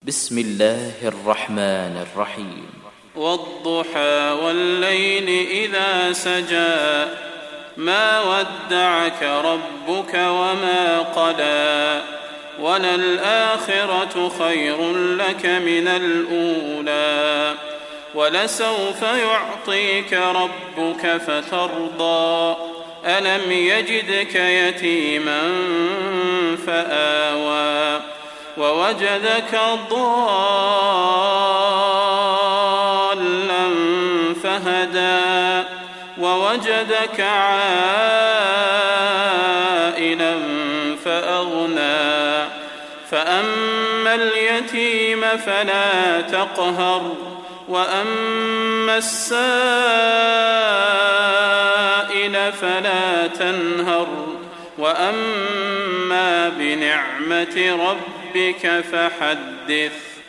بسم الله الرحمن الرحيم. والضحى والليل إذا سجى ما ودعك ربك وما قلى وللآخرة خير لك من الأولى ولسوف يعطيك ربك فترضى ألم يجدك يتيما فآوى ووجدك ضالا فهدى ووجدك عائلا فأغنى فأما اليتيم فلا تقهر وأما السائل فلا تنهر وأما بنعمة ربك فحدث.